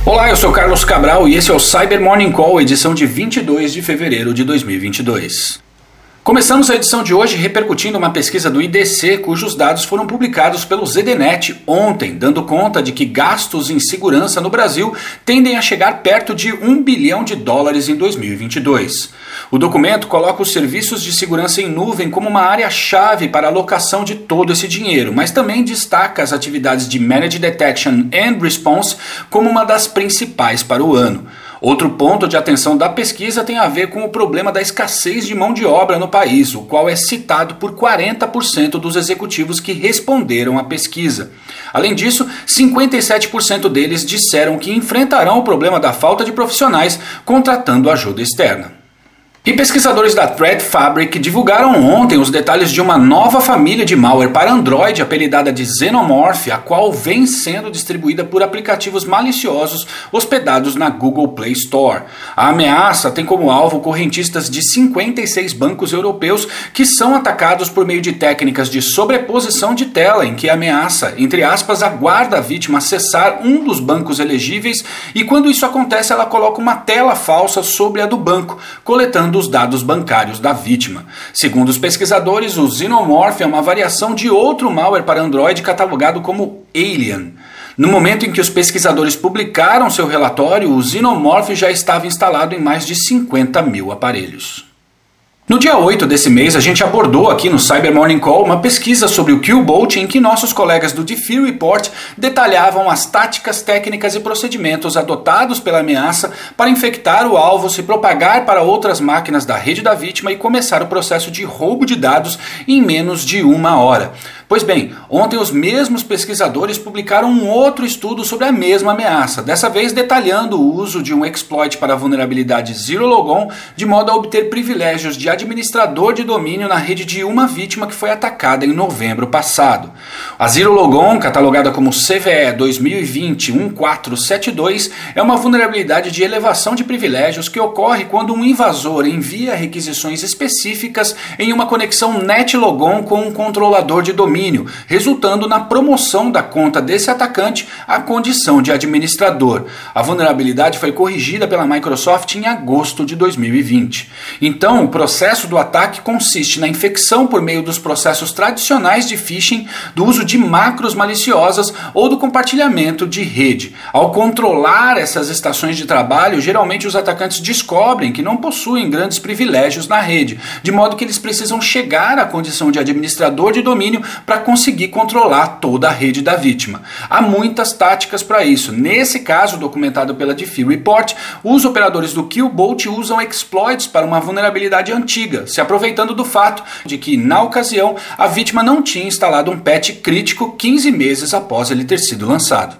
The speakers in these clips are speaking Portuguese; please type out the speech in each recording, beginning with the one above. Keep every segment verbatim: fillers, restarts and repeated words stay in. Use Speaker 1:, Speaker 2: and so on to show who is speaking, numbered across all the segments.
Speaker 1: Olá, eu sou Carlos Cabral e esse é o Cyber Morning Call, edição de vinte e dois de fevereiro de dois mil e vinte e dois. Começamos a edição de hoje repercutindo uma pesquisa do I D C, cujos dados foram publicados pelo Z D Net ontem, dando conta de que gastos em segurança no Brasil tendem a chegar perto de um bilhão de dólares em dois mil e vinte e dois. O documento coloca os serviços de segurança em nuvem como uma área-chave para a alocação de todo esse dinheiro, mas também destaca as atividades de Managed Detection and Response como uma das principais para o ano. Outro ponto de atenção da pesquisa tem a ver com o problema da escassez de mão de obra no país, o qual é citado por quarenta por cento dos executivos que responderam à pesquisa. Além disso, cinquenta e sete por cento deles disseram que enfrentarão o problema da falta de profissionais contratando ajuda externa. E pesquisadores da Threat Fabric divulgaram ontem os detalhes de uma nova família de malware para Android apelidada de Xenomorph, a qual vem sendo distribuída por aplicativos maliciosos hospedados na Google Play Store. A ameaça tem como alvo correntistas de cinquenta e seis bancos europeus que são atacados por meio de técnicas de sobreposição de tela, em que a ameaça, entre aspas, aguarda a vítima acessar um dos bancos elegíveis e quando isso acontece ela coloca uma tela falsa sobre a do banco, coletando os dados bancários da vítima. Segundo os pesquisadores, o Xenomorph é uma variação de outro malware para Android catalogado como Alien. No momento em que os pesquisadores publicaram seu relatório, o Xenomorph já estava instalado em mais de cinquenta mil aparelhos. No dia oito desse mês, a gente abordou aqui no Cyber Morning Call uma pesquisa sobre o Killbolt em que nossos colegas do Defeat Report detalhavam as táticas, técnicas e procedimentos adotados pela ameaça para infectar o alvo, se propagar para outras máquinas da rede da vítima e começar o processo de roubo de dados em menos de uma hora. Pois bem, ontem os mesmos pesquisadores publicaram um outro estudo sobre a mesma ameaça, dessa vez detalhando o uso de um exploit para a vulnerabilidade Zero Logon de modo a obter privilégios de administrador de domínio na rede de uma vítima que foi atacada em novembro passado. A Zero Logon, catalogada como C V E dois mil e vinte ponto um quatro sete dois, é uma vulnerabilidade de elevação de privilégios que ocorre quando um invasor envia requisições específicas em uma conexão NetLogon com um controlador de domínio, resultando na promoção da conta desse atacante à condição de administrador. A vulnerabilidade foi corrigida pela Microsoft em agosto de dois mil e vinte. Então, o processo do ataque consiste na infecção por meio dos processos tradicionais de phishing, do uso de macros maliciosas ou do compartilhamento de rede. Ao controlar essas estações de trabalho, geralmente os atacantes descobrem que não possuem grandes privilégios na rede, de modo que eles precisam chegar à condição de administrador de domínio para conseguir controlar toda a rede da vítima. Há muitas táticas para isso. Nesse caso, documentado pela Defeat Report, os operadores do Killbolt usam exploits para uma vulnerabilidade antiga, se aproveitando do fato de que, na ocasião, a vítima não tinha instalado um patch crítico quinze meses após ele ter sido lançado.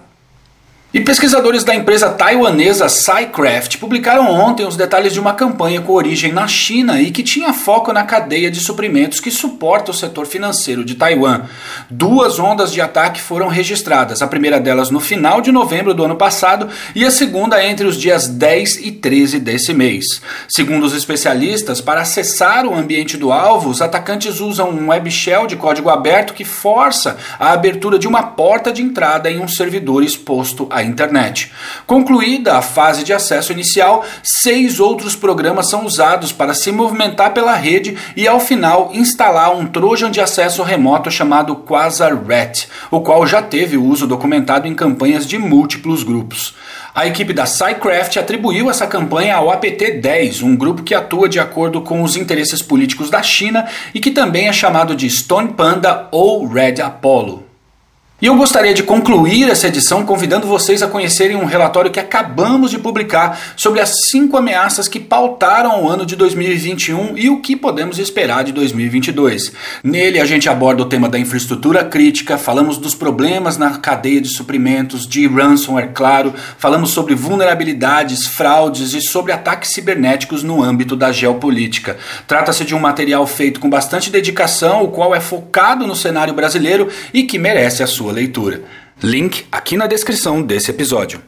Speaker 1: E pesquisadores da empresa taiwanesa Cycraft publicaram ontem os detalhes de uma campanha com origem na China e que tinha foco na cadeia de suprimentos que suporta o setor financeiro de Taiwan. Duas ondas de ataque foram registradas, a primeira delas no final de novembro do ano passado e a segunda entre os dias dez e treze desse mês. Segundo os especialistas, para acessar o ambiente do alvo, os atacantes usam um web shell de código aberto que força a abertura de uma porta de entrada em um servidor exposto à internet. Concluída a fase de acesso inicial, seis outros programas são usados para se movimentar pela rede e, ao final, instalar um trojan de acesso remoto chamado Quasar-Rat, o qual já teve o uso documentado em campanhas de múltiplos grupos. A equipe da Cycraft atribuiu essa campanha ao A P T dez, um grupo que atua de acordo com os interesses políticos da China e que também é chamado de Stone Panda ou Red Apollo. E eu gostaria de concluir essa edição convidando vocês a conhecerem um relatório que acabamos de publicar sobre as cinco ameaças que pautaram o ano de dois mil e vinte e um e o que podemos esperar de dois mil e vinte e dois. Nele a gente aborda o tema da infraestrutura crítica, falamos dos problemas na cadeia de suprimentos, de ransomware, claro, falamos sobre vulnerabilidades, fraudes e sobre ataques cibernéticos no âmbito da geopolítica. Trata-se de um material feito com bastante dedicação, o qual é focado no cenário brasileiro e que merece a sua leitura. Link aqui na descrição desse episódio.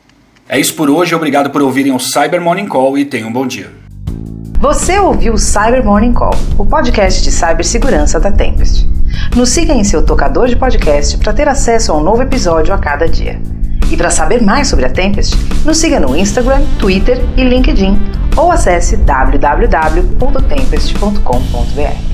Speaker 1: É isso por hoje, obrigado por ouvirem o Cyber Morning Call e tenham um bom dia.
Speaker 2: Você ouviu o Cyber Morning Call, o podcast de cibersegurança da Tempest. Nos siga em seu tocador de podcast para ter acesso a um novo episódio a cada dia. E para saber mais sobre a Tempest, nos siga no Instagram, Twitter e LinkedIn ou acesse w w w ponto tempest ponto com ponto b r.